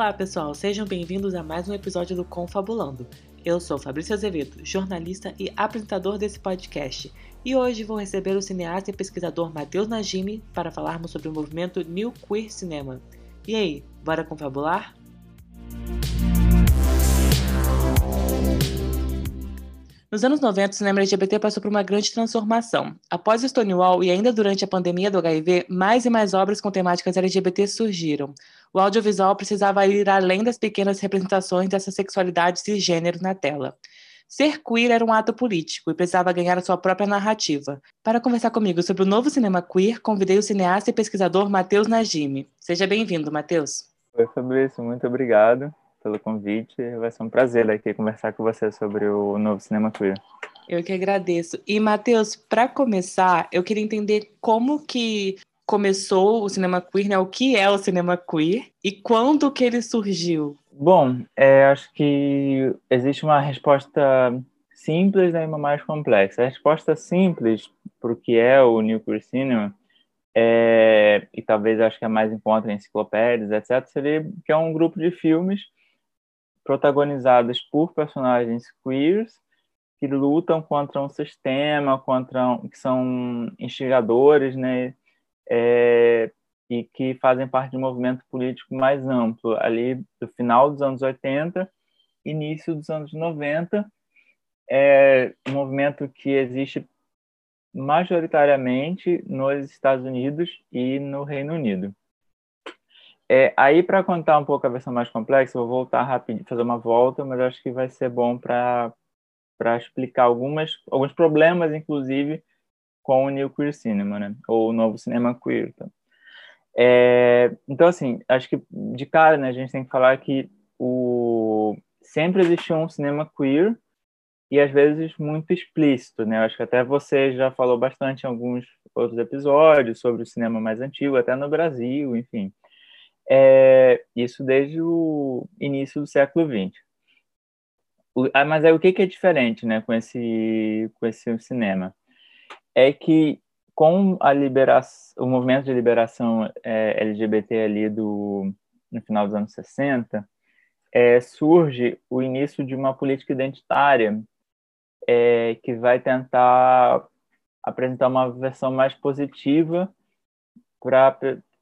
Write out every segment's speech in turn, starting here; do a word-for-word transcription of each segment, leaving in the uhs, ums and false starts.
Olá, pessoal, sejam bem-vindos a mais um episódio do Confabulando. Eu sou Fabrício Azevedo, jornalista e apresentador desse podcast, e hoje vou receber o cineasta e pesquisador Matheus Najimi para falarmos sobre o movimento New Queer Cinema. E aí, bora confabular? Nos anos noventa, o cinema L G B T passou por uma grande transformação. Após o Stonewall e ainda durante a pandemia do H I V, mais e mais obras com temáticas L G B T surgiram. O audiovisual precisava ir além das pequenas representações dessas sexualidades e gêneros na tela. Ser queer era um ato político e precisava ganhar a sua própria narrativa. Para conversar comigo sobre o novo cinema queer, convidei o cineasta e pesquisador Matheus Najimi. Seja bem-vindo, Matheus. Oi, Fabrício, muito obrigado pelo convite. Vai ser um prazer aqui conversar com você sobre o novo cinema queer. Eu que agradeço. E, Matheus, para começar, eu queria entender como que começou o cinema queer, né? O que é o cinema queer e quando que ele surgiu? Bom, é, acho que existe uma resposta simples, né, e uma mais complexa. A resposta simples para o que é o New Queer Cinema, é, e talvez acho que é mais encontra em enciclopédias, etcétera, seria que é um grupo de filmes protagonizados por personagens queers que lutam contra um sistema, contra um, que são instigadores, né, é, e que fazem parte de um movimento político mais amplo, ali do final dos anos oitenta, início dos anos noventa, é um movimento que existe majoritariamente nos Estados Unidos e no Reino Unido. É, aí, para contar um pouco a versão mais complexa, eu vou voltar rapidinho, fazer uma volta, mas acho que vai ser bom para para explicar algumas, alguns problemas, inclusive, com o New Queer Cinema, né? Ou o novo cinema queer. Tá? É, então, assim, acho que de cara, né, a gente tem que falar que o, sempre existiu um cinema queer e, às vezes, muito explícito, né? Acho que até você já falou bastante em alguns outros episódios sobre o cinema mais antigo, até no Brasil, enfim. É, isso desde o início do século vinte. O, ah, mas aí o que, que é diferente, né, com esse, com esse cinema? É que com a liberação, o movimento de liberação é, L G B T ali do, no final dos anos sessenta, é, surge o início de uma política identitária é, que vai tentar apresentar uma versão mais positiva para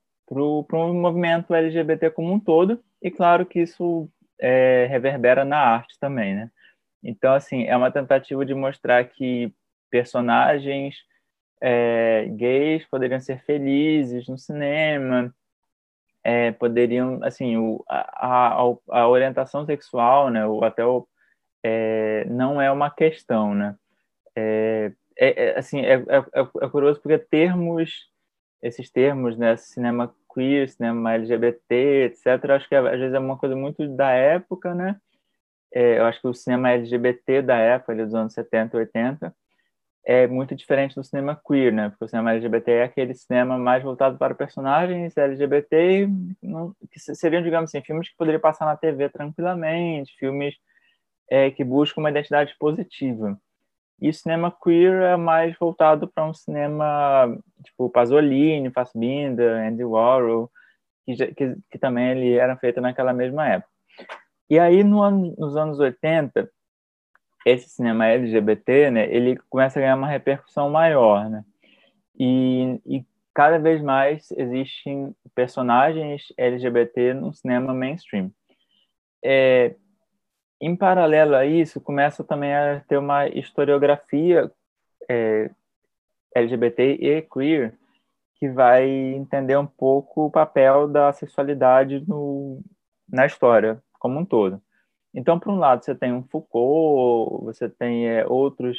o movimento L G B T como um todo, e claro que isso é, reverbera na arte também, né? Então, assim, é uma tentativa de mostrar que personagens é, gays poderiam ser felizes no cinema, é, poderiam, assim, o, a, a, a orientação sexual, né, ou até o, é, não é uma questão, né? É, é, é, assim, é, é, é curioso porque termos, esses termos, né, cinema queer, cinema L G B T, etcétera, acho que às vezes é uma coisa muito da época, né? É, eu acho que o cinema L G B T da época, ali dos anos setenta, oitenta, é muito diferente do cinema queer, né? Porque o cinema L G B T é aquele cinema mais voltado para personagens L G B T, não, que seriam, digamos assim, filmes que poderiam passar na T V tranquilamente, filmes é, que buscam uma identidade positiva. E o cinema queer é mais voltado para um cinema tipo Pasolini, Fassbinder, Andy Warhol, que, que, que também ele eram feitos naquela mesma época. E aí, no ano, nos anos oitenta, esse cinema L G B T, né, ele começa a ganhar uma repercussão maior, né? E, e cada vez mais existem personagens L G B T no cinema mainstream. É, em paralelo a isso, começa também a ter uma historiografia é, L G B T e queer que vai entender um pouco o papel da sexualidade no, na história como um todo. Então, por um lado, você tem um Foucault, você tem é, outros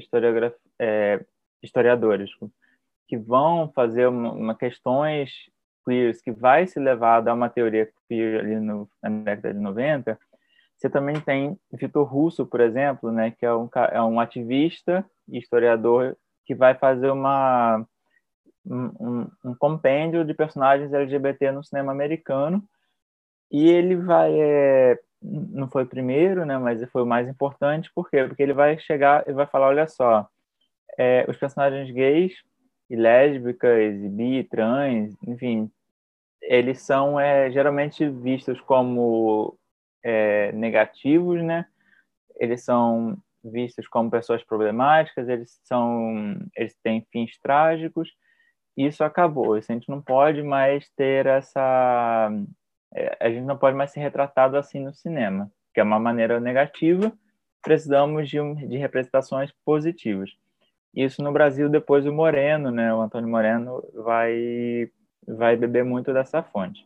é, historiadores que vão fazer uma, uma questões queers que vai se levar a dar uma teoria queer ali no, na década de noventa. Você também tem Vitor Russo, por exemplo, né, que é um, é um ativista e historiador que vai fazer uma, um, um compêndio de personagens L G B T no cinema americano. E ele vai... É, não foi o primeiro, né, mas foi o mais importante. Por quê? Porque ele vai chegar e vai falar, olha só, é, os personagens gays e lésbicas, e bi, trans, enfim, eles são é, geralmente vistos como é, negativos, né? Eles são vistos como pessoas problemáticas, eles são, eles têm fins trágicos. Isso acabou. Isso a gente não pode mais ter essa, é, a gente não pode mais ser retratado assim no cinema, que é uma maneira negativa. Precisamos de, um, de representações positivas. Isso no Brasil, depois o Moreno, né? O Antônio Moreno vai, vai beber muito dessa fonte.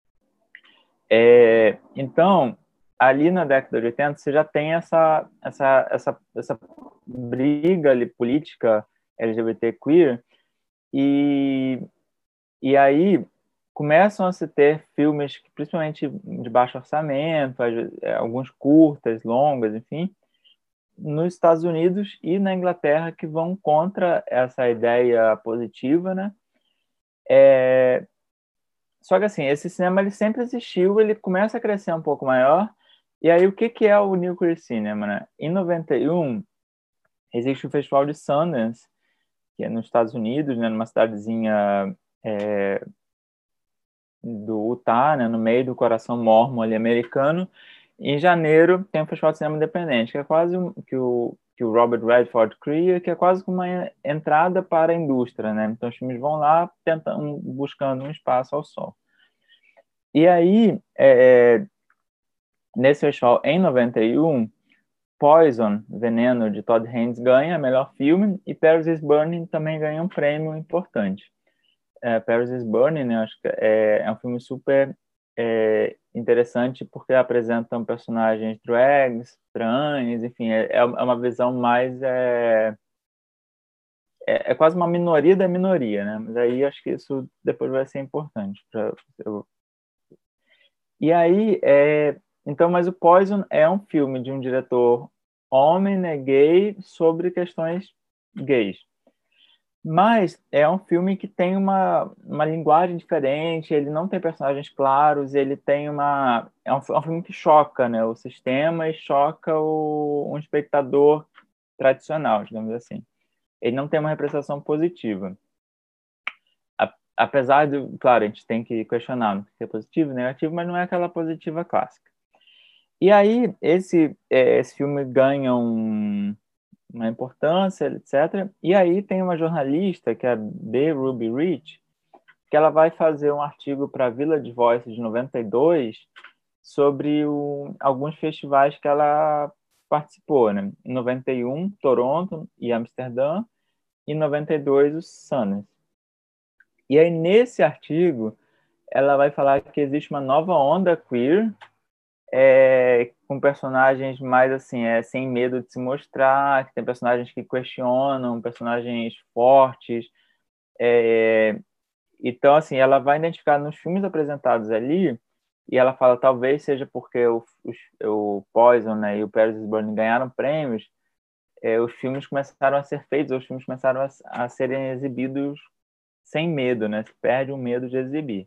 É, então, ali na década de oitenta, você já tem essa, essa, essa, essa briga ali, política L G B T queer, e, e aí começam a se ter filmes, principalmente de baixo orçamento, alguns curtas, longas, enfim, nos Estados Unidos e na Inglaterra, que vão contra essa ideia positiva, né? É... Só que, assim, esse cinema ele sempre existiu, ele começa a crescer um pouco maior, e aí o que, que é o New Queer Cinema, né? Em noventa e um, existe o Festival de Sundance, que é nos Estados Unidos, né? Numa cidadezinha é... do Utah, né? No meio do coração mórmon ali americano. Em janeiro tem um Festival de Cinema Independente, que é quase um, que o que o Robert Redford cria, que é quase como uma entrada para a indústria, né? Então os filmes vão lá tentando, buscando um espaço ao sol. E aí, é, nesse festival, em noventa e um, Poison, Veneno, de Todd Haynes, ganha melhor filme, e Paris is Burning também ganha um prêmio importante. É, Paris is Burning, né, acho que é, é um filme super é, interessante, porque apresentam personagens drags, trans, enfim, é, é uma visão mais... É, é, é quase uma minoria da minoria, né? Mas aí acho que isso depois vai ser importante. Pra, eu... E aí, é, então, mas o Poison é um filme de um diretor homem, né, gay, sobre questões gays. Mas é um filme que tem uma, uma linguagem diferente, ele não tem personagens claros, ele tem uma... É um, é um filme que choca, né, o sistema e choca o, um espectador tradicional, digamos assim. Ele não tem uma representação positiva. A, apesar de, claro, a gente tem que questionar se é positivo ou negativo, mas não é aquela positiva clássica. E aí, esse, é, esse filme ganha um... uma importância, etcétera. E aí tem uma jornalista, que é a B. Ruby Rich, que ela vai fazer um artigo para a Village Voice de noventa e dois sobre o, alguns festivais que ela participou, né? Em noventa e um, Toronto e Amsterdã, e em noventa e dois, o Sundance. E aí, nesse artigo, ela vai falar que existe uma nova onda queer, É, com personagens mais assim, é, sem medo de se mostrar, que tem personagens que questionam, personagens fortes. É, então, assim, ela vai identificar nos filmes apresentados ali, e ela fala, talvez seja porque o, o, o Poison, né, e o Paris is Burning ganharam prêmios, é, os filmes começaram a ser feitos, os filmes começaram a, a serem exibidos sem medo, né? Se perde o medo de exibir.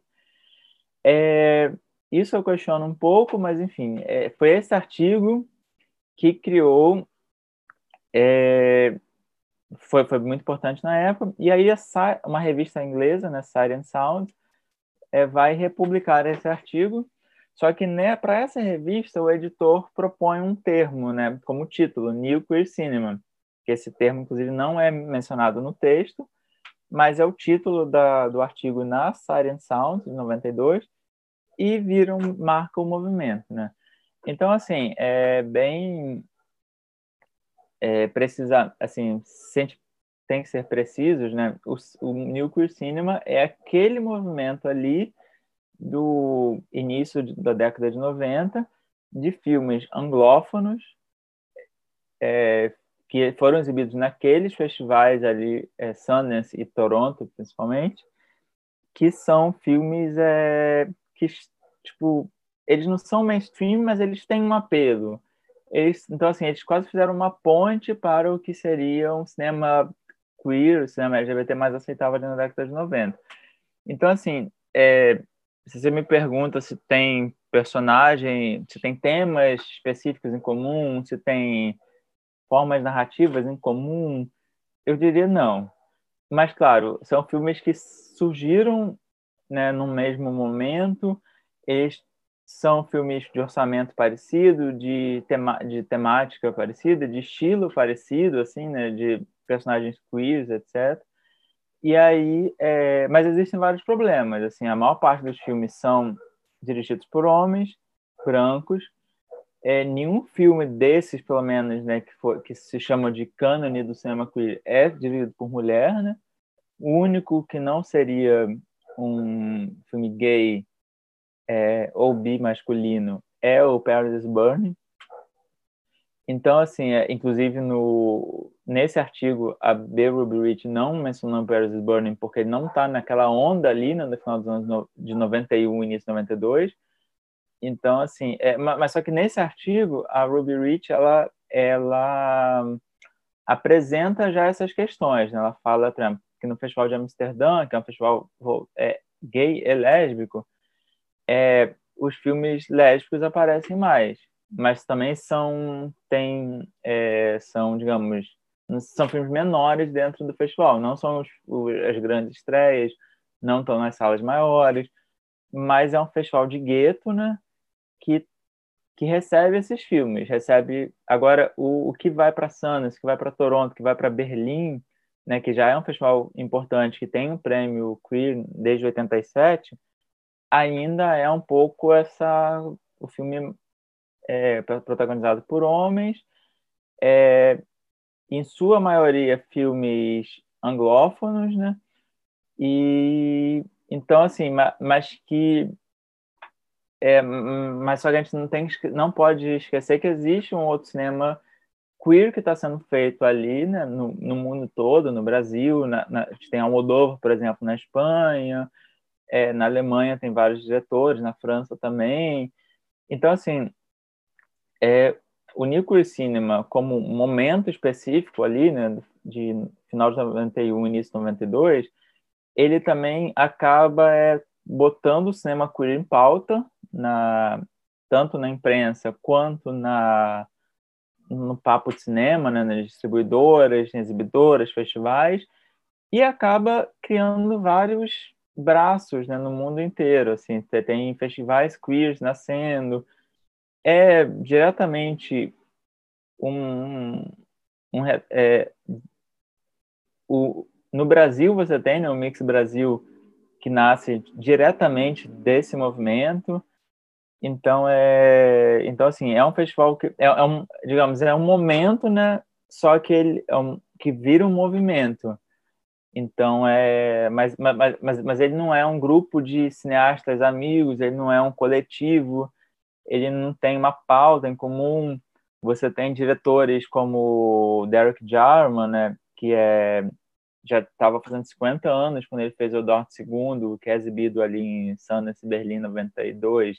É, isso eu questiono um pouco, mas enfim, é, foi esse artigo que criou, é, foi, foi muito importante na época, e aí a, uma revista inglesa, né, Sight and Sound, é, vai republicar esse artigo, só que né, para essa revista o editor propõe um termo, né, como título, New Queer Cinema, que esse termo, inclusive, não é mencionado no texto, mas é o título da, do artigo na Sight and Sound, de noventa e dois, e viram, marca o movimento, né? Então, assim, é bem... É, precisa, assim, se a gente tem que ser precisos, né? O, o New Queer Cinema é aquele movimento ali do início de, da década de noventa, de filmes anglófonos, é, que foram exibidos naqueles festivais ali, é, Sundance e Toronto, principalmente, que são filmes é, que, tipo, eles não são mainstream, mas eles têm um apelo. Eles, então, assim, eles quase fizeram uma ponte para o que seria um cinema queer, o cinema L G B T mais aceitável ali na década de noventa. Então, assim, é, se você me pergunta se tem personagem, se tem temas específicos em comum, se tem formas narrativas em comum, eu diria não. Mas, claro, são filmes que surgiram né, no mesmo momento. Eles são filmes de orçamento parecido, de, tema, de temática parecida, de estilo parecido, assim, né, de personagens queers, etcétera. E aí, é... mas existem vários problemas. Assim, a maior parte dos filmes são dirigidos por homens brancos. É, nenhum filme desses, pelo menos, né, que, for, que se chama de cânone do cinema queer, é dirigido por mulher, né? O único que não seria um filme gay é, ou bi masculino é o Paris is Burning. Então, assim, é, inclusive no, nesse artigo, a B. Ruby Rich não mencionou Paris is Burning porque ele não está naquela onda ali, né, no final dos anos no, de noventa e um, início de noventa e dois. Então, assim, é, mas só que nesse artigo, a Ruby Rich, ela, ela apresenta já essas questões, né? Ela fala, por exemplo, que no Festival de Amsterdã, que é um festival é, gay e lésbico, é, os filmes lésbicos aparecem mais, mas também são, tem, é, são, digamos, são filmes menores dentro do festival, não são os, os, as grandes estreias, não estão nas salas maiores, mas é um festival de gueto, né, que, que recebe esses filmes, recebe, agora, o, o que vai para Sundance, que vai para Toronto, que vai para Berlim, né, que já é um festival importante, que tem um prêmio queer desde oitenta e sete, ainda é um pouco essa o filme é protagonizado por homens, é, em sua maioria filmes anglófonos, né? E então assim, mas que é, mas só que a gente não tem não pode esquecer que existe um outro cinema queer que está sendo feito ali, né, no, no mundo todo, no Brasil, na, na, a gente tem Almodóvar, por exemplo, na Espanha. É, na Alemanha tem vários diretores, na França também. Então, assim, é, o Nuclear Cinema, como um momento específico ali, né, de final de noventa e um, início de noventa e dois, ele também acaba é, botando o cinema queer em pauta, na, tanto na imprensa quanto na, no papo de cinema, né, nas distribuidoras, nas exibidoras, festivais, e acaba criando vários braços, né, no mundo inteiro. Assim, você tem festivais queers nascendo, é diretamente um, um é, o, no Brasil você tem, né, o Mix Brasil, que nasce diretamente desse movimento. Então é então assim é um festival que é, é um, digamos, é um momento, né, só que ele é um, que vira um movimento. Então é, mas, mas, mas, mas ele não é um grupo de cineastas amigos, ele não é um coletivo, ele não tem uma pauta em comum. Você tem diretores como Derek Jarman, né, que é já estava fazendo cinquenta anos quando ele fez o Dorte segundo, que é exibido ali em Sundance, Berlim, noventa e dois,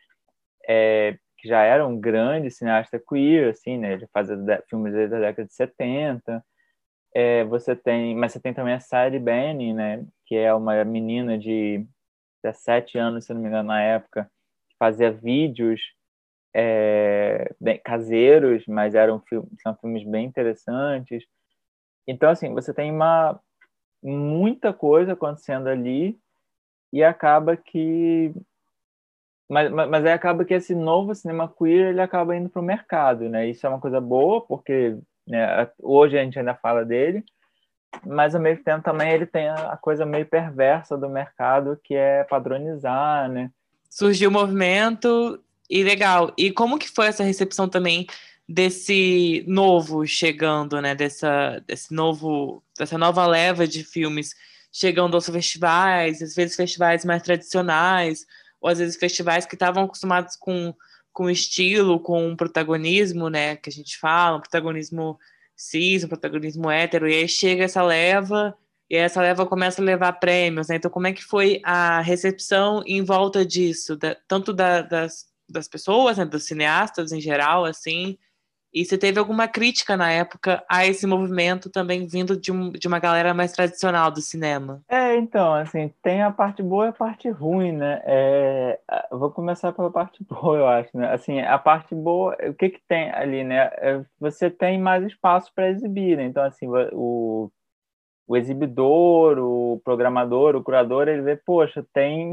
é, que já era um grande cineasta queer, assim, né, ele fazia filmes desde a década de setenta. É, você tem, mas você tem também a Sadie Benning, né, que é uma menina de dezessete anos, se não me engano, na época, que fazia vídeos é, bem, caseiros, mas eram filmes, são filmes bem interessantes. Então, assim, você tem uma muita coisa acontecendo ali e acaba que mas, mas, mas aí acaba que esse novo cinema queer ele acaba indo para o mercado, né? Isso é uma coisa boa porque, né, hoje a gente ainda fala dele, mas ao mesmo tempo também ele tem a coisa meio perversa do mercado, que é padronizar, né? Surgiu o movimento e legal. E como que foi essa recepção também desse novo chegando, né? Dessa, desse novo, dessa nova leva de filmes chegando aos festivais, às vezes festivais mais tradicionais, ou às vezes festivais que estavam acostumados com, com estilo, com protagonismo, né? Que a gente fala, um protagonismo cis, um protagonismo hétero, e aí chega essa leva e essa leva começa a levar prêmios, né? Então, como é que foi a recepção em volta disso, da, tanto da, das, das pessoas, né, dos cineastas em geral, assim, e se teve alguma crítica na época a esse movimento também vindo de, um, de uma galera mais tradicional do cinema? É, então, assim, tem a parte boa e a parte ruim, né? É, eu vou começar pela parte boa, eu acho, né? Assim, a parte boa, o que que tem ali, né? É, você tem mais espaço para exibir, né? Então, assim, o o exibidor, o programador, o curador, ele vê, poxa, tem...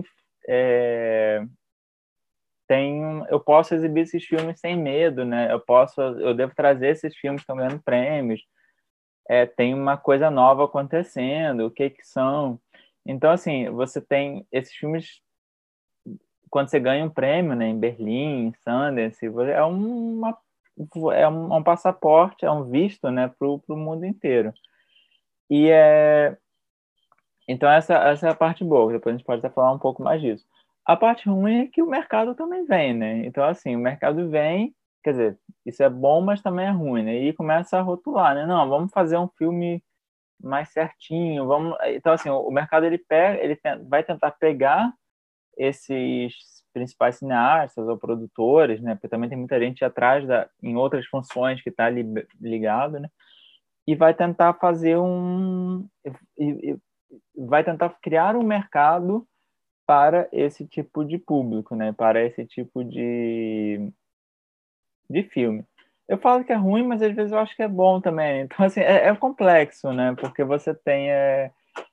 É, tem eu posso exibir esses filmes sem medo, né? Eu posso, eu devo trazer esses filmes que estão ganhando prêmios. É, tem uma coisa nova acontecendo, o que que são? Então, assim, você tem esses filmes, quando você ganha um prêmio, né, em Berlim, em Sundance, é uma é um, um passaporte, é um visto, né, para o mundo inteiro. E é então essa essa é a parte boa. Depois a gente pode até falar um pouco mais disso. A parte ruim é que o mercado também vem, né? Então, assim, o mercado vem, quer dizer, isso é bom, mas também é ruim, né? E começa a rotular, né? Não, vamos fazer um filme mais certinho, vamos... Então, assim, o mercado, ele pega, ele vai tentar pegar esses principais cineastas ou produtores, né? Porque também tem muita gente atrás da, em outras funções que está li, ligado, né? E vai tentar fazer um... E, e, vai tentar criar um mercado para esse tipo de público, né? Para esse tipo de, de filme. Eu falo que é ruim, mas às vezes eu acho que é bom também. Então, assim, é, é complexo, né? Porque você tem... É,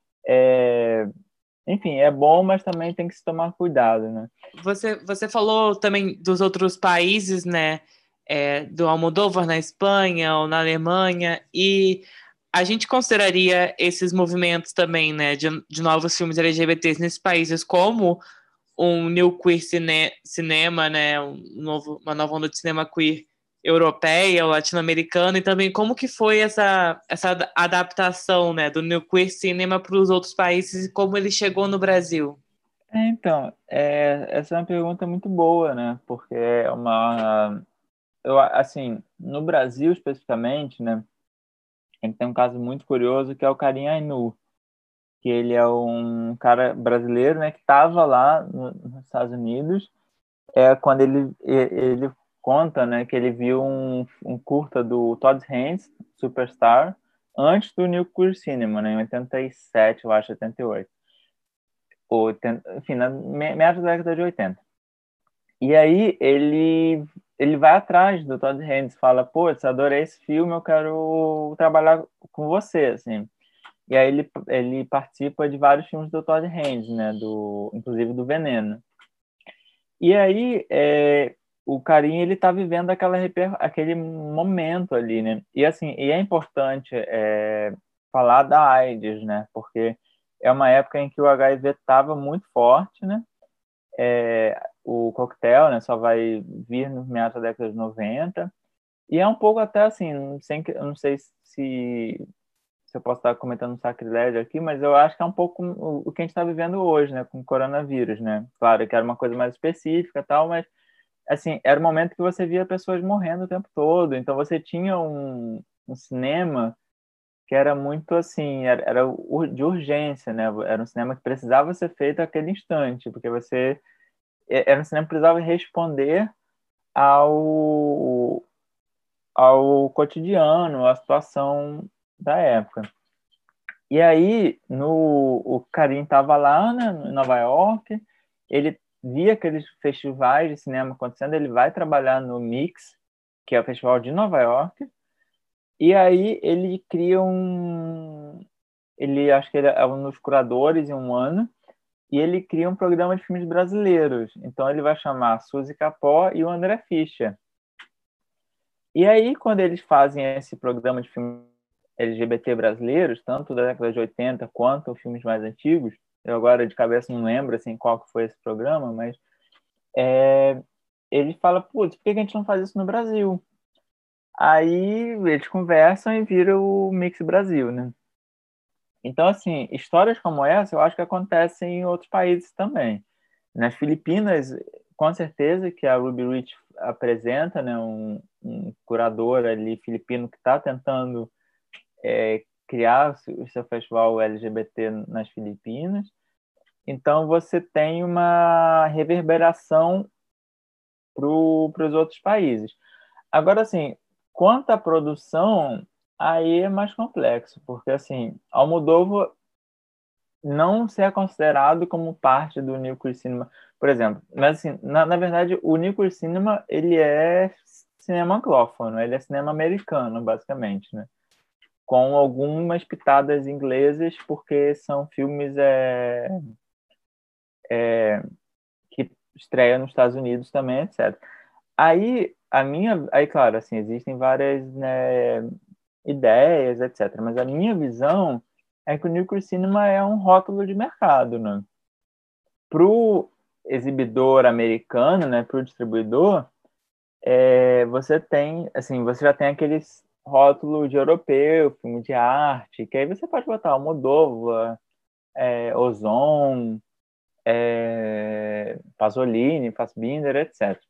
é, enfim, é bom, mas também tem que se tomar cuidado, né? Você, você falou também dos outros países, né? É, do Almodóvar na Espanha ou na Alemanha, e a gente consideraria esses movimentos também, né, de, de novos filmes L G B T s nesses países como um new queer cine, cinema, né, um novo, uma nova onda de cinema queer europeia ou latino-americana, e também como que foi essa, essa adaptação, né, do new queer cinema para os outros países e como ele chegou no Brasil? É, então, é, essa é uma pergunta muito boa, né? Porque é uma... Eu, assim, no Brasil, especificamente, né? A gente tem um caso muito curioso que é o Karim Ainu, que ele é um cara brasileiro, né? Que estava lá no, nos Estados Unidos, é quando ele, ele conta, né? Que ele viu um, um curta do Todd Haynes, Superstar, antes do New Queer Cinema, né? Em oitenta e sete, eu acho, oitenta e oito. oitenta, enfim, na meados da década de oitenta. E aí ele ele vai atrás do Todd Haynes, fala, putz, adorei esse filme, eu quero trabalhar com você, assim. E aí ele, ele participa de vários filmes do Todd Haynes, né, do, inclusive do Veneno. E aí é, o Karim, ele tá vivendo aquela reper, aquele momento ali, né? E assim, e é importante é, falar da AIDS, né? Porque é uma época em que o H I V estava muito forte, né? É, o coquetel, né, só vai vir no meados da década de noventa. E é um pouco até assim, sem, eu não sei se, se eu posso estar comentando um sacrilégio aqui, mas eu acho que é um pouco o, o que a gente está vivendo hoje, né, com o coronavírus, né? Claro que era uma coisa mais específica e tal, mas assim, era um momento que você via pessoas morrendo o tempo todo, então você tinha um, um cinema que era muito assim, era, era de urgência, né? Era um cinema que precisava ser feito naquele instante, porque você era um cinema que precisava responder ao, ao cotidiano, à situação da época. E aí, no, o Karim estava lá, né, em Nova York, ele via aqueles festivais de cinema acontecendo, ele vai trabalhar no Mix, que é o festival de Nova York, e aí ele cria um... Ele, acho que ele é um dos curadores em um ano, e ele cria um programa de filmes brasileiros. Então ele vai chamar a Suzy Capó e o André Fischer. E aí, quando eles fazem esse programa de filmes L G B T brasileiros, tanto da década de oitenta quanto filmes mais antigos, eu agora de cabeça não lembro assim, qual que foi esse programa, mas é, ele fala, putz, por que a gente não faz isso no Brasil? Aí eles conversam e vira o Mix Brasil, né? Então, assim, histórias como essa eu acho que acontecem em outros países também. Nas Filipinas, com certeza que a Ruby Rich apresenta, né, um, um curador ali filipino que está tentando é, criar o seu festival L G B T nas Filipinas. Então, você tem uma reverberação para os outros países. Agora, assim, quanto à produção, aí é mais complexo, porque, assim, Almodóvar não ser considerado como parte do New Queer Cinema, por exemplo. Mas, assim, na, na verdade, o New Queer Cinema, ele é cinema anglófono, ele é cinema americano, basicamente, né? com algumas pitadas inglesas, porque são filmes é, é, que estreiam nos Estados Unidos também, etcétera. Aí, a minha, aí claro, assim, existem várias, né, ideias, etcétera. Mas a minha visão é que o New Cinema é um rótulo de mercado, né? Para o exibidor americano, né, para o distribuidor, é, você tem, assim, você já tem aqueles rótulos de europeu, filme de arte, que aí você pode botar Almodóvar, é, Ozon, é, Pasolini, Fassbinder, etcétera.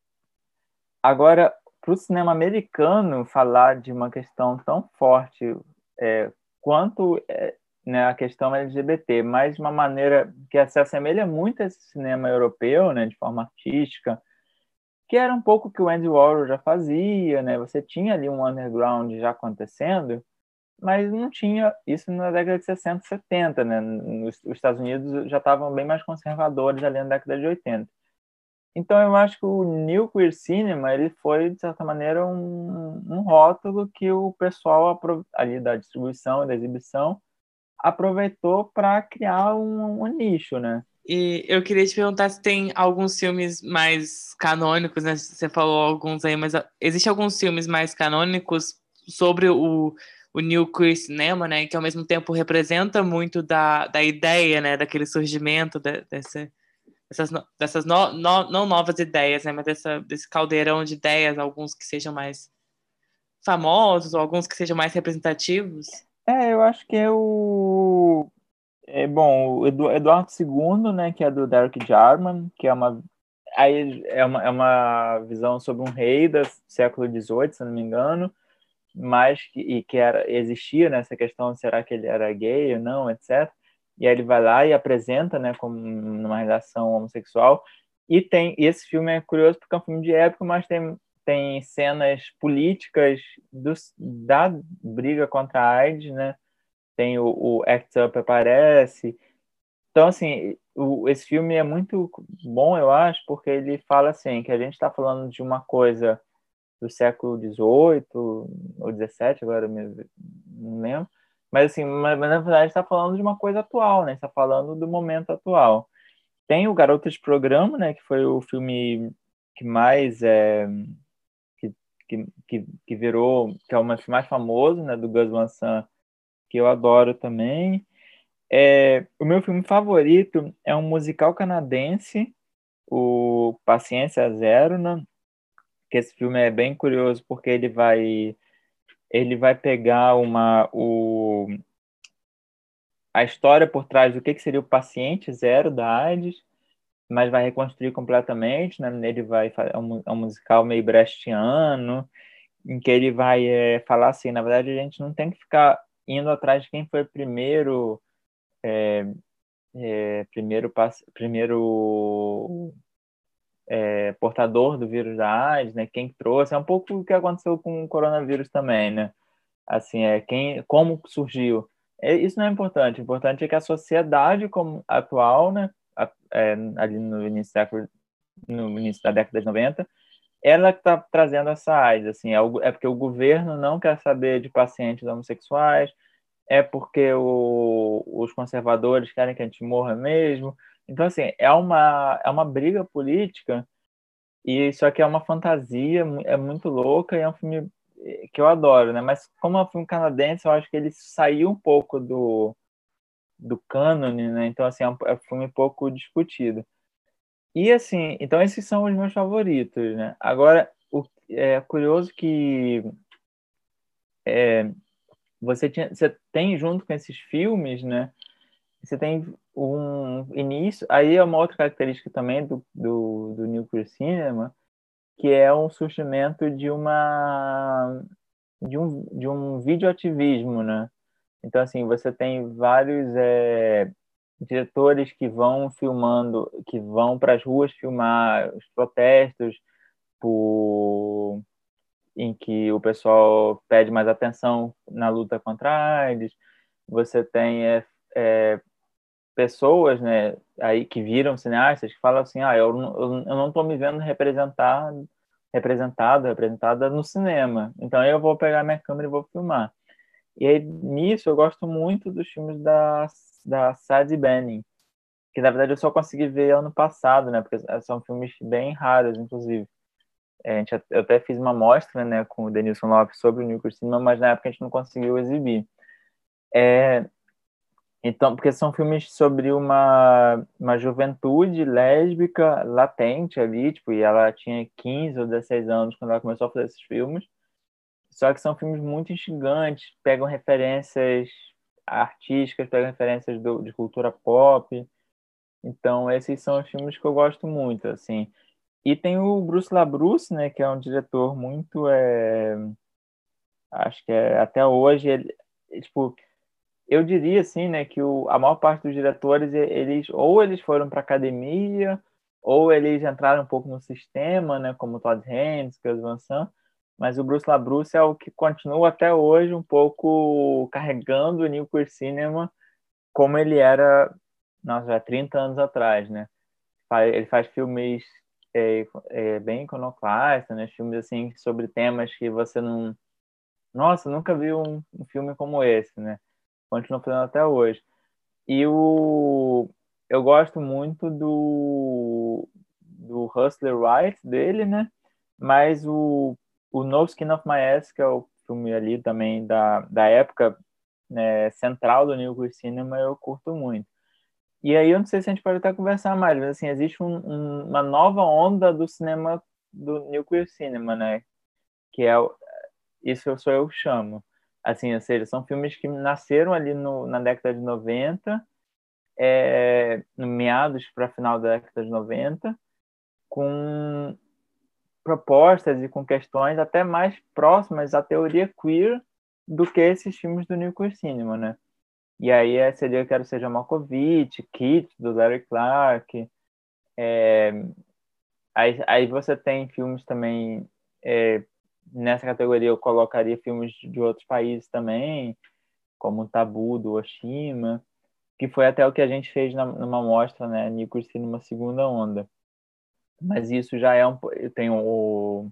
Agora, para o cinema americano falar de uma questão tão forte é, quanto é, né, a questão L G B T, mas de uma maneira que se assemelha muito a esse cinema europeu, né, de forma artística, que era um pouco o que o Andy Warhol já fazia, né? Você tinha ali um underground já acontecendo, mas não tinha isso na década de sessenta, setenta, né? Os Estados Unidos já estavam bem mais conservadores ali na década de oitenta. Então eu acho que o New Queer Cinema ele foi, de certa maneira, um, um rótulo que o pessoal ali da distribuição e da exibição aproveitou para criar um, um nicho, né? E eu queria te perguntar se tem alguns filmes mais canônicos, né? Você falou alguns aí, mas existe alguns filmes mais canônicos sobre o, o New Queer Cinema, né? Que ao mesmo tempo representa muito da, da ideia, né? Daquele surgimento de, desse, dessas, dessas no, no, não novas ideias, né? Mas dessa, desse caldeirão de ideias, alguns que sejam mais famosos ou alguns que sejam mais representativos. É, eu acho que é o É bom, o Edu- Eduardo segundo, né, que é do Derek Jarman, que é uma aí é uma, é uma visão sobre um rei do século dezoito, se não me engano, mas que, e que era, existia nessa questão de será que ele era gay ou não, etcétera. E aí ele vai lá e apresenta, né, como numa relação homossexual. E tem e esse filme é curioso porque é um filme de época, mas tem tem cenas políticas do, da briga contra a AIDS, né? Tem o, o Act Up aparece. Então, assim, o, esse filme é muito bom, eu acho, porque ele fala assim, que a gente está falando de uma coisa do século dezoito ou dezessete, agora me, não lembro, mas assim, mas, mas na verdade está falando de uma coisa atual, né? Está falando do momento atual. Tem o Garotas de Programa, né? Que foi o filme que mais é, que, que, que, que virou, que é o mais mais famoso, né? Do Gus Van Sant, que eu adoro também. É, o meu filme favorito é um musical canadense, o Paciência Zero, né? Que esse filme é bem curioso porque ele vai ele vai pegar uma o a história por trás do que que seria o paciente zero da AIDS, mas vai reconstruir completamente, né? Ele vai é um, é um musical meio brechtiano, em que ele vai é, falar assim, na verdade a gente não tem que ficar indo atrás de quem foi primeiro é, é, primeiro primeiro é, portador do vírus da AIDS, né? Quem trouxe, é um pouco o que aconteceu com o coronavírus também, né? Assim, é quem, como surgiu. É, isso não é importante. O importante é que a sociedade como atual, né? A, é, ali no início, da, no início da década de noventa, ela que está trazendo essa AIDS. Assim, é, o, é porque o governo não quer saber de pacientes homossexuais, é porque o, os conservadores querem que a gente morra mesmo. Então, assim, é uma, é uma briga política e só que é uma fantasia, é muito louca e é um filme que eu adoro, né? Mas como é um filme canadense, eu acho que ele saiu um pouco do, do cânone, né? Então, assim, é um, é um filme pouco discutido. E, assim, então esses são os meus favoritos, né? Agora, o, é curioso que é, você, tinha, você tem junto com esses filmes, né? Você tem um início, aí é uma outra característica também do, do, do New Queer Cinema, que é um surgimento de uma de um, de um videoativismo, né? Então, assim, você tem vários é, diretores que vão filmando, que vão para as ruas filmar os protestos por, em que o pessoal pede mais atenção na luta contra a AIDS. Você tem é, é, pessoas, né, aí que viram cineastas que falam assim, ah, eu, eu, eu não estou me vendo representar, representado, representada no cinema, então eu vou pegar minha câmera e vou filmar. E aí, nisso, eu gosto muito dos filmes da, da Sadie Benning, que na verdade eu só consegui ver ano passado, né? Porque são filmes bem raros, inclusive. É, a gente, eu até fiz uma mostra, né, com o Denilson Lopes sobre o New Queer Cinema, mas na época a gente não conseguiu exibir. É, então, porque são filmes sobre uma, uma juventude lésbica latente ali, tipo, e ela tinha quinze ou dezesseis anos quando ela começou a fazer esses filmes. Só que são filmes muito instigantes, pegam referências artísticas, pegam referências do, de cultura pop. Então, esses são os filmes que eu gosto muito, assim. E tem o Bruce LaBruce, né, que é um diretor muito, é, acho que é, até hoje, ele, tipo, eu diria assim, né, que o, a maior parte dos diretores, eles ou eles foram para academia, ou eles entraram um pouco no sistema, né, como Todd Haynes, Gus Van Sant, mas o Bruce LaBruce é o que continua até hoje um pouco carregando o New Queer Cinema como ele era, nossa, já trinta anos atrás, né? Ele faz filmes é, é, bem iconoclastas, né? Filmes assim sobre temas que você não, nossa, nunca vi um, um filme como esse, né? Continua fazendo até hoje. E o eu gosto muito do do Hustler Wright dele, né? Mas o o No Skin of My Ass, que é o filme ali também da, da época, né, central do New Queer Cinema, eu curto muito. E aí eu não sei se a gente pode até conversar mais, mas assim, existe um, um, uma nova onda do cinema, do New Queer Cinema, né? Que é, o- isso eu sou eu que chamo. Assim, ou seja, são filmes que nasceram ali no, na década de noventa, é, no meados para final da década de noventa, com propostas e com questões até mais próximas à teoria queer do que esses filmes do New Queer Cinema, né? E aí é, seria Quero Seja Malkovich, Kit, do Larry Clark. É, aí, aí você tem filmes também, é, nessa categoria eu colocaria filmes de outros países também, como Tabu, do Oshima, que foi até o que a gente fez na, numa mostra, né, New Queer Cinema Segunda Onda. Mas isso já é um... Tem o,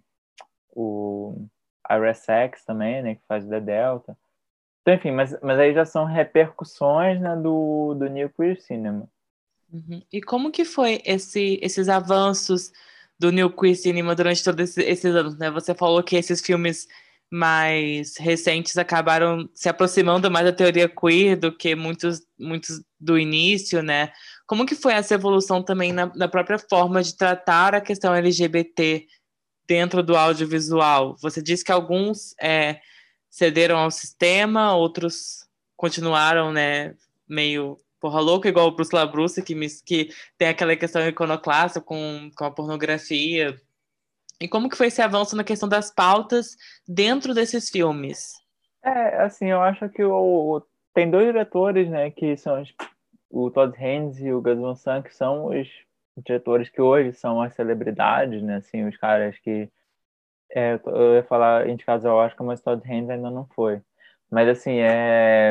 o Ira Sachs também, né, que faz The Delta. Então, enfim, mas, mas aí já são repercussões, né, do, do New Queer Cinema. Uhum. E como que foi esse, esses avanços do New Queer Cinema durante todos esse- esses anos, né? Você falou que esses filmes mais recentes acabaram se aproximando mais da teoria queer do que muitos, muitos do início, né? Como que foi essa evolução também na, na própria forma de tratar a questão L G B T dentro do audiovisual? Você disse que alguns é, cederam ao sistema, outros continuaram, né, meio porra louca, igual o Bruce LaBruce, que, me, que tem aquela questão iconoclasta com, com a pornografia. E como que foi esse avanço na questão das pautas dentro desses filmes? É, assim, eu acho que o, tem dois diretores, né, que são os- o Todd Haynes e o Gus Van Sant, que são os diretores que hoje são as celebridades, né, assim, os caras que... É, eu eu ia falar indicados ao Oscar, mas Todd Haynes ainda não foi. Mas, assim, é,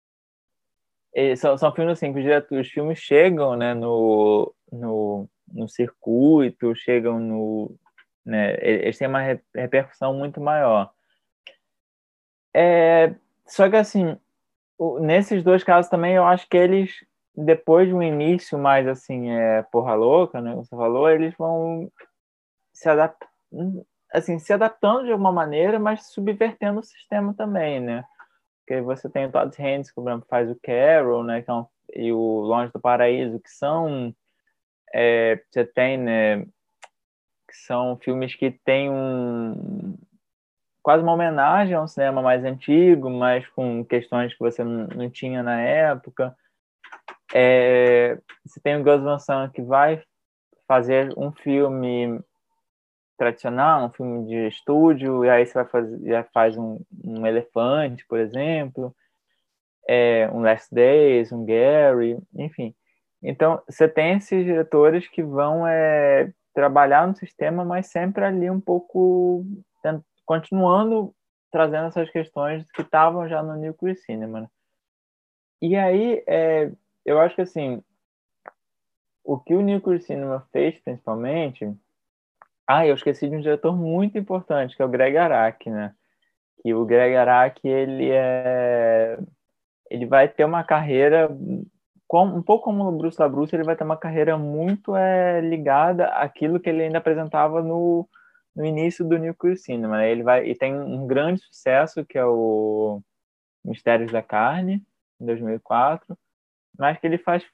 é, são, são filmes, assim, que os, diretores, os filmes chegam, né, no, no, no circuito, chegam no... Né, eles têm uma re- repercussão muito maior. É, só que, assim, o- nesses dois casos também, eu acho que eles, depois de um início mais assim, é, porra louca, né? Como você falou, eles vão se adaptando, assim, se adaptando de alguma maneira, mas subvertendo o sistema também, né? Porque você tem o Todd Haynes, que por exemplo, faz o Carol, né? Que é um, e o Longe do Paraíso, que são, é, você tem, né? Que são filmes que têm um quase uma homenagem a um cinema mais antigo, mas com questões que você não, não tinha na época. É, você tem o Gus Van Sant que vai fazer um filme tradicional, um filme de estúdio, e aí você vai fazer, já faz um, um Elefante, por exemplo, é, um Last Days, um Gary, enfim. Então, você tem esses diretores que vão é, trabalhar no sistema, mas sempre ali um pouco tent- continuando trazendo essas questões que estavam já no New Queer Cinema, né? E aí, é, eu acho que assim, o que o New Queer Cinema fez, principalmente... Ah, eu esqueci de um diretor muito importante, que é o Greg Araki, né? que o Greg Araki, ele é ele vai ter uma carreira um pouco como o Bruce LaBruce, ele vai ter uma carreira muito é, ligada àquilo que ele ainda apresentava no, no início do New Queer Cinema, né? Ele vai e tem um grande sucesso que é o Mistérios da Carne, em dois mil e quatro, mas que ele faz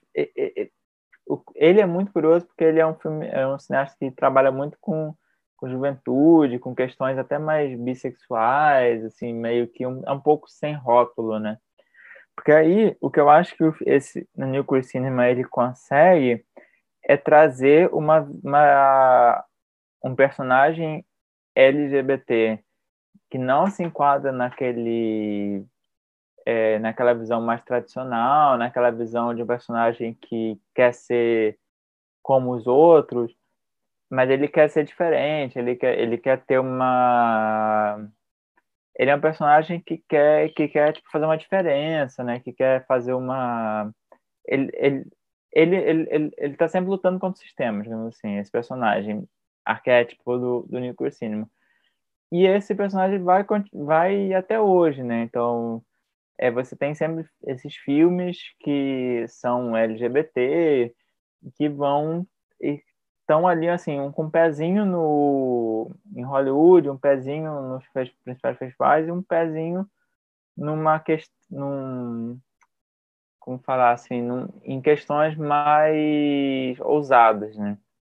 ele é muito curioso porque ele é um filme, é um cineasta que trabalha muito com, com juventude, com questões até mais bissexuais, assim, meio que um, é um pouco sem rótulo, né? Porque aí, o que eu acho que esse, no New Queer Cinema ele consegue é trazer uma, uma, um personagem L G B T que não se enquadra naquele, é, naquela visão mais tradicional, naquela visão de um personagem que quer ser como os outros, mas ele quer ser diferente, ele quer, ele quer ter uma... Ele é um personagem que quer, que quer tipo, fazer uma diferença, né? Que quer fazer uma... Ele, ele, ele, ele, ele, ele tá sempre lutando contra o sistema, digamos assim, esse personagem arquétipo do, do New Queer Cinema. E esse personagem vai, vai até hoje, né? Então, é, você tem sempre esses filmes que são L G B T, que vão e estão ali, assim, um, com um pezinho no, em Hollywood, um pezinho nos principais festivais e um pezinho numa questão, num, como falar assim, num, em questões mais ousadas, né?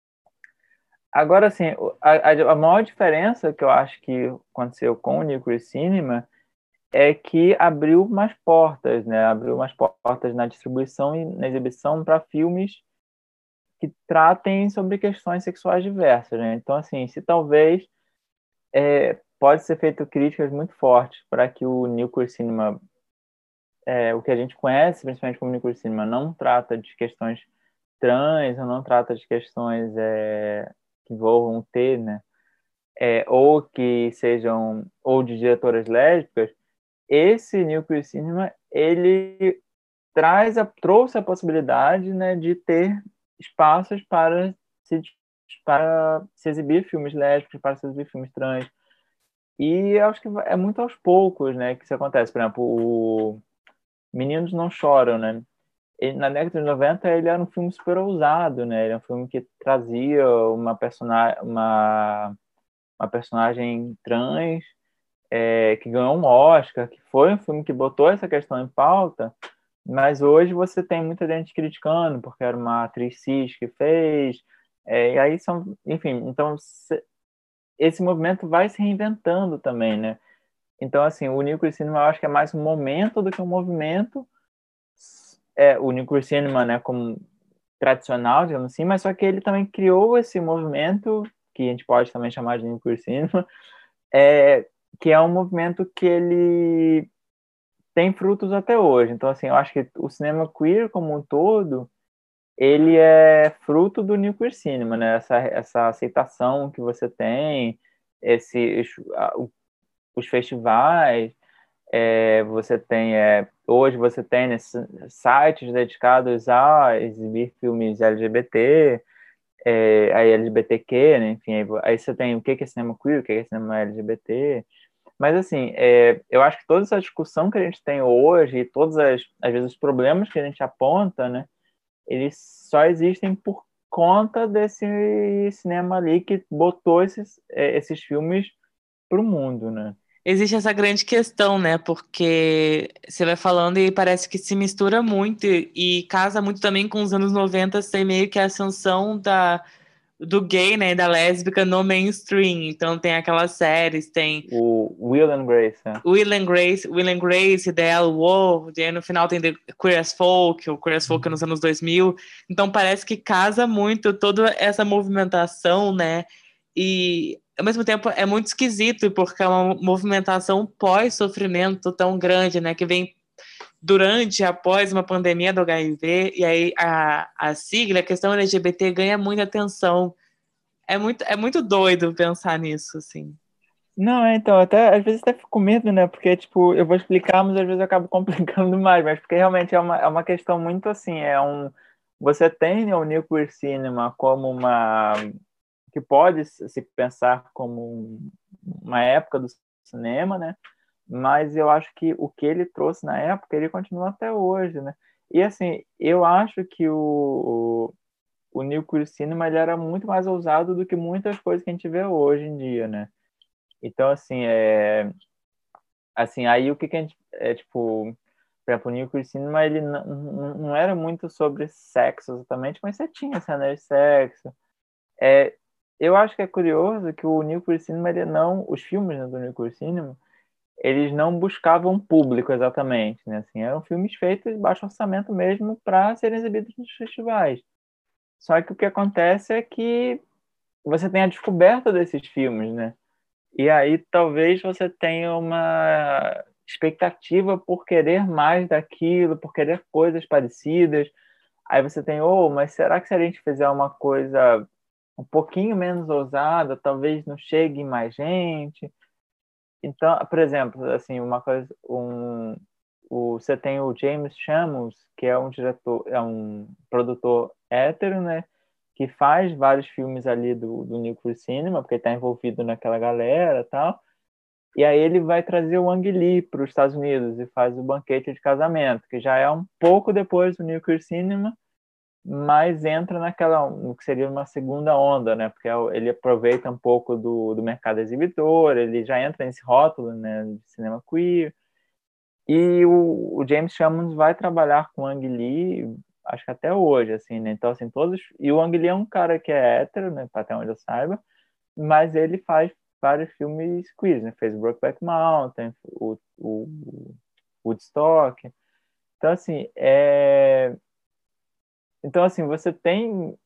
Agora, assim, a, a maior diferença que eu acho que aconteceu com o New Queer Cinema é que abriu mais portas, né? Abriu mais portas na distribuição e na exibição para filmes que tratem sobre questões sexuais diversas, né? Então, assim, se talvez é, pode ser feito críticas muito fortes para que o New Queer Cinema, é, o que a gente conhece, principalmente como New Queer Cinema, não trata de questões trans, ou não trata de questões é, que envolvam T, né? É, ou que sejam, ou de diretoras lésbicas, esse New Queer Cinema, ele traz a, trouxe a possibilidade, né, de ter espaços para se, para se exibir filmes lésbicos, para se exibir filmes trans. E acho que é muito aos poucos, né, que isso acontece. Por exemplo, o Meninos Não Choram, né? Ele, na década de noventa, ele era um filme super ousado, né? Ele é um filme que trazia uma personagem, uma, uma personagem trans é, que ganhou um Oscar, que foi um filme que botou essa questão em pauta, mas hoje você tem muita gente criticando, porque era uma atriz cis que fez, é, e aí são, enfim, então esse movimento vai se reinventando também, né? Então, assim, o New Queer Cinema eu acho que é mais um momento do que um movimento, é, o New Queer Cinema, né, como tradicional, digamos assim, mas só que ele também criou esse movimento, que a gente pode também chamar de New Queer Cinema, é, que é um movimento que ele tem frutos até hoje. Então, assim, eu acho que o cinema queer como um todo, ele é fruto do New Queer Cinema, né? Essa, essa aceitação que você tem, esses, os festivais, é, você tem, é, hoje você tem nesses sites dedicados a exibir filmes L G B T, é, aí L G B T Q, né? Enfim, aí, aí você tem o que é cinema queer, o que é cinema L G B T. Mas, assim, é, eu acho que toda essa discussão que a gente tem hoje, e todos, as, às vezes, os problemas que a gente aponta, né, eles só existem por conta desse cinema ali que botou esses, é, esses filmes para o mundo, né? Existe essa grande questão, né? Porque você vai falando e parece que se mistura muito e, e casa muito também com os anos noventa, tem meio que a ascensão da do gay, né, da lésbica no mainstream. Então tem aquelas séries, tem o Will and Grace, né? Will and Grace, Will and Grace, The L Word, e aí no final tem The Queer as Folk, o Queer as Folk nos anos dois mil. Então parece que casa muito toda essa movimentação, né? E ao mesmo tempo é muito esquisito porque é uma movimentação pós-sofrimento tão grande, né, que vem durante e após uma pandemia do H I V, e aí a, a sigla, a questão L G B T ganha muita atenção. É muito, é muito doido pensar nisso, assim. Não, é, então, até, às vezes até fico com medo, né, porque, tipo, eu vou explicar, mas às vezes eu acabo complicando mais, mas porque realmente é uma, é uma questão muito, assim, é um... Você tem, né, o New Queer Cinema como uma... que pode se pensar como uma época do cinema, né, mas eu acho que o que ele trouxe na época, ele continua até hoje, né? E, assim, eu acho que o, o, o New Queer Cinema, ele era muito mais ousado do que muitas coisas que a gente vê hoje em dia, né? Então, assim, é... Assim, aí o que que a gente... É, tipo... Por exemplo, o New Queer Cinema, ele não, não era muito sobre sexo exatamente, mas você tinha cenas de sexo. É, eu acho que é curioso que o New Queer Cinema, ele não... Os filmes, né, do New Queer Cinema, eles não buscavam público exatamente, né? Assim, eram filmes feitos de baixo orçamento mesmo para serem exibidos nos festivais. Só que o que acontece é que você tem a descoberta desses filmes, né? E aí talvez você tenha uma expectativa por querer mais daquilo, por querer coisas parecidas. Aí você tem, oh, mas será que se a gente fizer uma coisa um pouquinho menos ousada, talvez não chegue em mais gente? Então, por exemplo, assim, uma coisa, um, o, você tem o James Shamos, que é um diretor, é um produtor hétero, né? Que faz vários filmes ali do, do New Queer Cinema, porque está envolvido naquela galera e tal. E aí ele vai trazer o Ang Lee para os Estados Unidos e faz o Banquete de Casamento, que já é um pouco depois do New Queer Cinema, mas entra naquela, no que seria uma segunda onda, né? Porque ele aproveita um pouco do, do mercado exibidor, ele já entra nesse rótulo, né, de cinema queer. E o, o James Shamans vai trabalhar com o Ang Lee, acho que até hoje, assim, né? Então, assim, todos... E o Ang Lee é um cara que é hétero, né? Até onde eu saiba, mas ele faz vários filmes queer, né? Fez Brokeback Mountain, o, o Woodstock. Então, assim, é... Então, assim, você tem...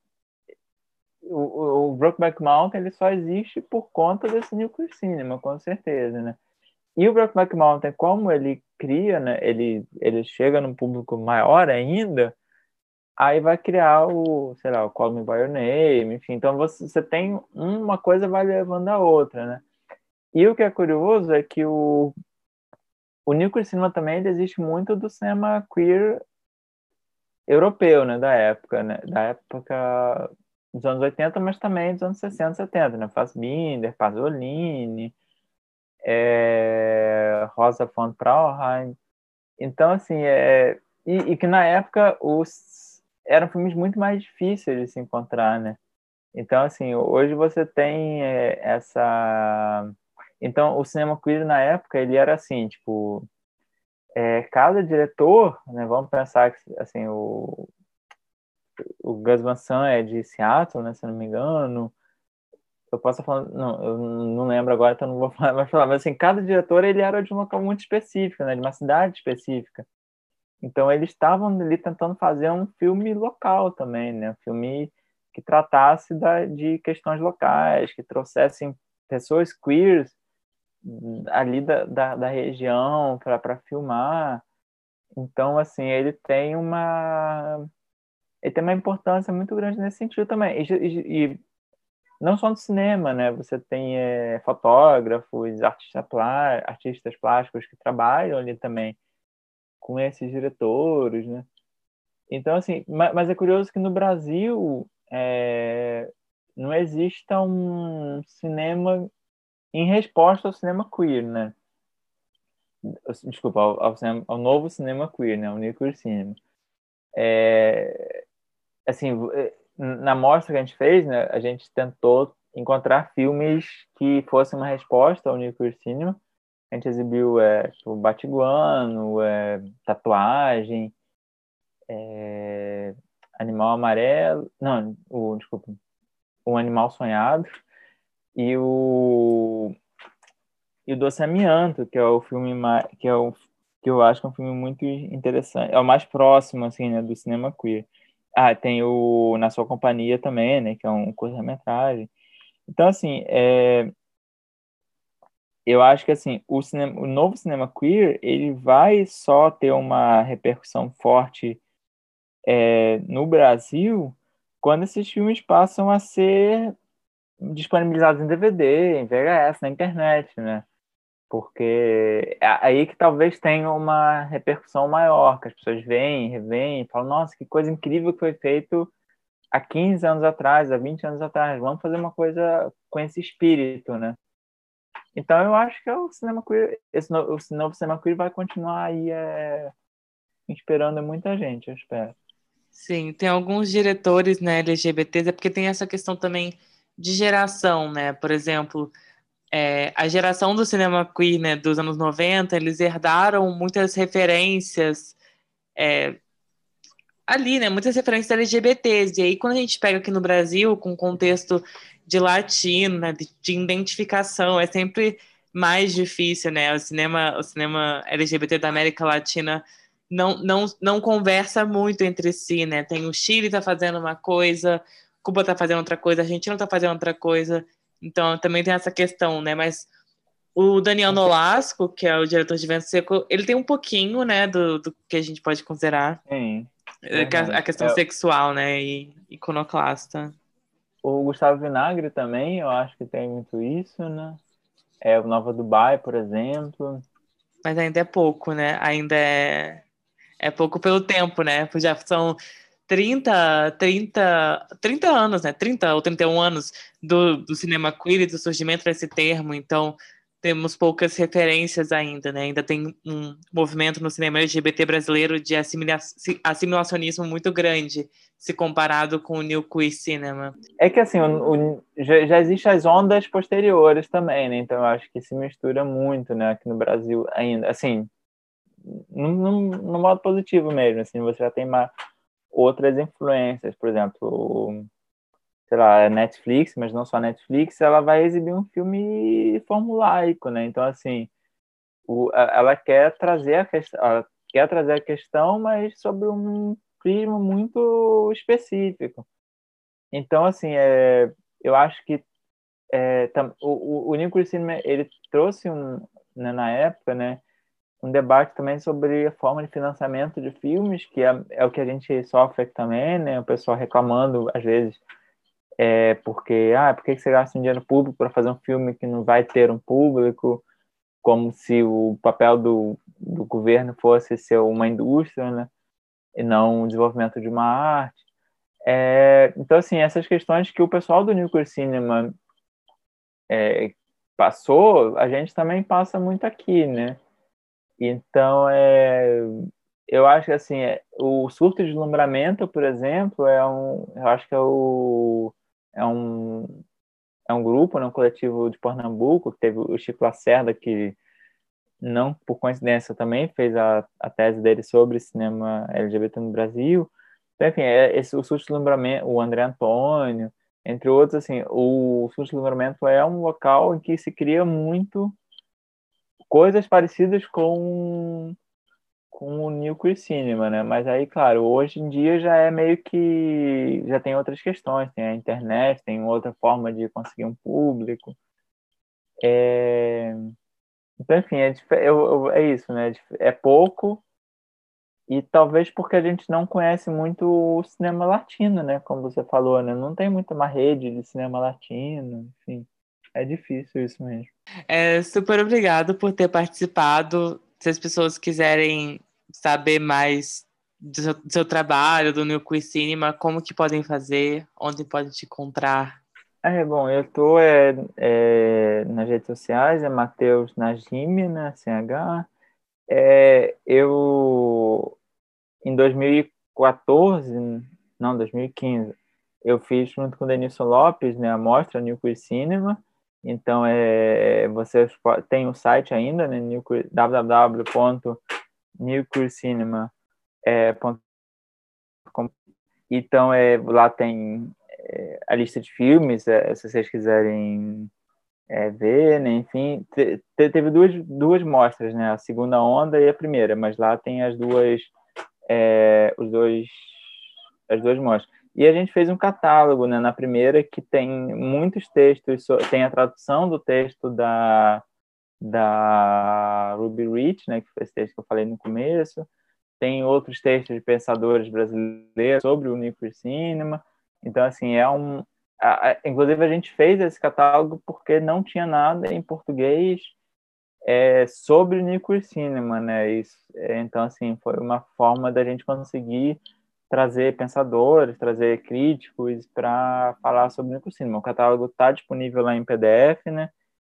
O, o Brokeback Mountain, ele só existe por conta desse New Queer Cinema, com certeza, né? E o Brokeback Mountain, como ele cria, né? Ele, ele chega num público maior ainda, aí vai criar o, sei lá, o Call Me By Your Name, enfim. Então, você, você tem uma coisa vai levando a outra, né? E o que é curioso é que o, o New Queer Cinema também ele existe muito do cinema queer europeu, né? Da época, né? Da época dos anos oitenta, mas também dos anos sessenta, setenta, né? Fassbinder, Pasolini, é, Rosa von Trauheim. Então, assim, é, e, e que na época os, eram filmes muito mais difíceis de se encontrar, né? Então, assim, hoje você tem é, essa... Então, o cinema queer na época, ele era assim, tipo, é, cada diretor, né, vamos pensar que, assim, o, o Gus Van Sant é de Seattle, né, se eu não me engano, eu posso falar, não, eu não lembro agora, então não vou falar, mas, falar, mas assim, cada diretor, ele era de um local muito específico, né, de uma cidade específica. Então, eles estavam ali tentando fazer um filme local também, né, um filme que tratasse da, de questões locais, que trouxessem pessoas queers ali da, da, da região para filmar. Então, assim, ele tem uma ele tem uma importância muito grande nesse sentido também. E, e, e não só no cinema, né? Você tem é, fotógrafos, artista plá, artistas plásticos que trabalham ali também com esses diretores, né? Então, assim, mas, mas é curioso que no Brasil é, não exista um cinema em resposta ao cinema queer, né? Desculpa, ao, ao, cinema, ao novo cinema queer, né? O New Queer Cinema. É, assim, na mostra que a gente fez, né? A gente tentou encontrar filmes que fossem uma resposta ao New Queer Cinema. A gente exibiu é, o Batiguano, é, Tatuagem, é, Animal Amarelo, não, o, desculpa, O Animal Sonhado e o e o Doce Amianto, que é o filme mais, que é o que eu acho que é um filme muito interessante, é o mais próximo assim, né, do cinema queer. Ah, tem o Na Sua Companhia também, né, que é um curta-metragem. Então assim, é, eu acho que assim, o cinema, o novo cinema queer, ele vai só ter uma repercussão forte é, no Brasil quando esses filmes passam a ser disponibilizados em D V D, em V H S, na internet, né? Porque é aí que talvez tenha uma repercussão maior, que as pessoas veem, revêem, falam, nossa, que coisa incrível que foi feito há quinze anos atrás, há vinte anos atrás, vamos fazer uma coisa com esse espírito, né? Então eu acho que é o cinema queer, esse no, o novo cinema queer vai continuar aí é, inspirando muita gente, eu espero. Sim, tem alguns diretores, né, L G B Ts, é porque tem essa questão também de geração, né? Por exemplo, é, a geração do cinema queer, né, dos anos noventa, eles herdaram muitas referências é, ali, né? Muitas referências L G B Ts. E aí, quando a gente pega aqui no Brasil, com contexto de latino, né, de, de identificação, é sempre mais difícil, né? O cinema, o cinema L G B T da América Latina não, não, não conversa muito entre si, né? Tem o Chile tá fazendo uma coisa, Cuba tá fazendo outra coisa, a Argentina tá fazendo outra coisa. Então, também tem essa questão, né? Mas o Daniel Nolasco, que é o diretor de Vento Seco, ele tem um pouquinho, né, do, do que a gente pode considerar Sim, é, a verdade. questão É, sexual, né, e iconoclasta. o Gustavo Vinagre também, eu acho que tem muito isso, né? É o Nova Dubai, por exemplo. Mas ainda é pouco, né? Ainda é, é pouco pelo tempo, né? Porque já são trinta trinta trinta anos, né? Trinta ou trinta e um anos do, do cinema queer e do surgimento desse termo, então temos poucas referências ainda, né? Ainda tem um movimento no cinema L G B T brasileiro de assimila assimilacionismo muito grande, se comparado com o New Queer Cinema. É que assim, o, o, já, já existem as ondas posteriores também, né? Então eu acho que se mistura muito, né? Aqui no Brasil ainda. Assim, no, no, no modo positivo mesmo, assim, você já tem uma, outras influências, por exemplo, sei lá, a Netflix, mas não só a Netflix, ela vai exibir um filme formulaico, né? Então, assim, o, ela quer trazer a questão, ela quer trazer a questão, mas sobre um prisma muito específico. Então, assim, é, eu acho que é, tam, o, o, o Nicolas Cinema, ele trouxe um, né, na época, né, um debate também sobre a forma de financiamento de filmes, que é, é o que a gente sofre aqui também, né, o pessoal reclamando, às vezes, é porque, ah, por que você gasta um dinheiro público para fazer um filme que não vai ter um público, como se o papel do, do governo fosse ser uma indústria, né, e não o desenvolvimento de uma arte. É, então, assim, essas questões que o pessoal do Nuclear Cinema é, passou, a gente também passa muito aqui, né? Então, é, eu acho que, assim, é, o surto de deslumbramento, por exemplo, é um, eu acho que é, o, é um, é um grupo, né, um coletivo de Pernambuco, que teve o Chico Lacerda, que não por coincidência também fez a, a tese dele sobre cinema L G B T no Brasil. Então, enfim, é, esse, o surto de deslumbramento, o André Antônio, entre outros, assim, o surto de deslumbramento é um local em que se cria muito coisas parecidas com com o New Queer Cinema, né? Mas aí, claro, hoje em dia já é meio que já tem outras questões, tem a internet, tem outra forma de conseguir um público. É... Então, enfim, é, dif- eu- eu- é isso, né? É dif- é pouco e talvez porque a gente não conhece muito o cinema latino, né? Como você falou, né? Não tem muita uma rede de cinema latino, enfim. É difícil isso mesmo. É, super obrigado por ter participado. Se as pessoas quiserem saber mais do seu, do seu trabalho, do New Queer Cinema, como que podem fazer? Onde podem te encontrar? É, bom, eu tô é, é, nas redes sociais, é Matheus Najimi, né? C H. É, eu, em dois mil e quatorze, não, dois mil e quinze, eu fiz junto com o Denilson Lopes, né, a mostra New Queer Cinema. Então, é, você tem o site ainda, né, New Queer, w w w ponto new queer cinema ponto com. Então, é, lá tem é, a lista de filmes, é, se vocês quiserem é, ver, né? Enfim, te, teve duas, duas mostras, né? A segunda onda e a primeira, mas lá tem as duas, é, os dois, as duas mostras. E a gente fez um catálogo, né? Na primeira que tem muitos textos, tem a tradução do texto da da Ruby Rich, né? Que foi esse texto que eu falei no começo. Tem outros textos de pensadores brasileiros sobre o Nuclear Cinema. Então, assim, é um... A, a, inclusive, a gente fez esse catálogo porque não tinha nada em português é, sobre o Nuclear Cinema, né? Isso, é, então, assim, foi uma forma da gente conseguir trazer pensadores, trazer críticos para falar sobre o Nuclear Cinema. O catálogo está disponível lá em P D F, né?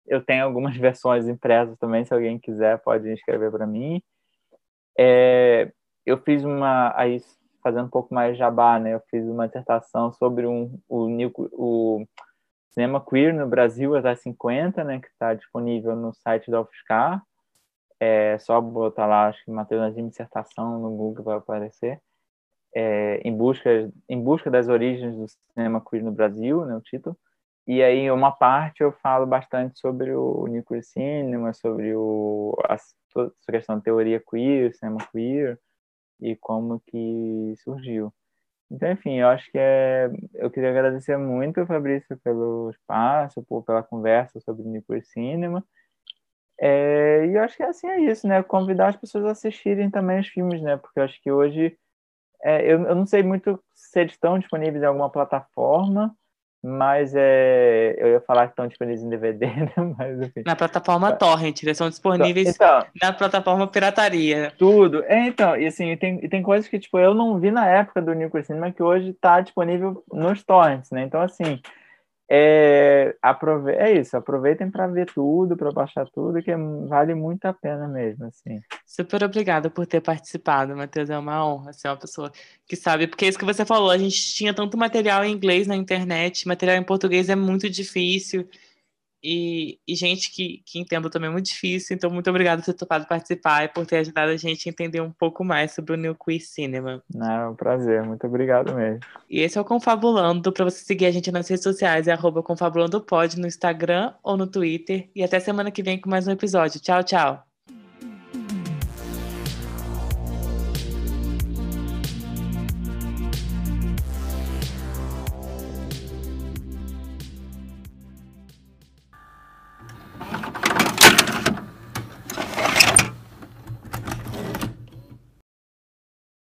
eu tenho algumas versões impressas também, se alguém quiser pode escrever para mim. É, eu fiz uma, aí fazendo um pouco mais jabá, né? Eu fiz uma dissertação sobre um, o, o cinema queer no Brasil até cinquenta, né? Que está disponível no site da U F S Car. É só botar lá, acho que Matheus Nazim dissertação no Google vai aparecer. É, em, busca, em busca das origens do cinema queer no Brasil, né? O título. E aí, em uma parte, eu falo bastante sobre o New Queer Cinema, sobre o, a, toda essa questão de teoria queer, cinema queer, e como que surgiu. Então, enfim, eu acho que é... Eu queria agradecer muito, Fabrício, pelo espaço, por, pela conversa sobre o New Queer Cinema. É, e eu acho que assim é isso, né? Convidar as pessoas a assistirem também os filmes, né? Porque eu acho que hoje... É, eu, eu não sei muito se eles estão disponíveis em alguma plataforma, mas é, eu ia falar que estão disponíveis em D V D, né? Mas enfim. Na plataforma Torrent, eles são disponíveis então, na plataforma Pirataria. Tudo. É, então, e assim, tem, e tem coisas que, tipo, eu não vi na época do New Queer Cinema que hoje está disponível nos torrents, né? Então, assim, é, aprove é isso, aproveitem para ver tudo, para baixar tudo, que vale muito a pena mesmo, assim. Super obrigada por ter participado, Matheus. É uma honra ser uma pessoa que sabe, porque é isso que você falou, a gente tinha tanto material em inglês na internet, material em português é muito difícil, e, e gente que, que entenda também é muito difícil, então muito obrigada por ter topado participar e por ter ajudado a gente a entender um pouco mais sobre o New Queer Cinema. Não, é um prazer, muito obrigado mesmo. E esse é o Confabulando, para você seguir a gente nas redes sociais, é arroba ConfabulandoPod no Instagram ou no Twitter, e até semana que vem com mais um episódio. Tchau, tchau!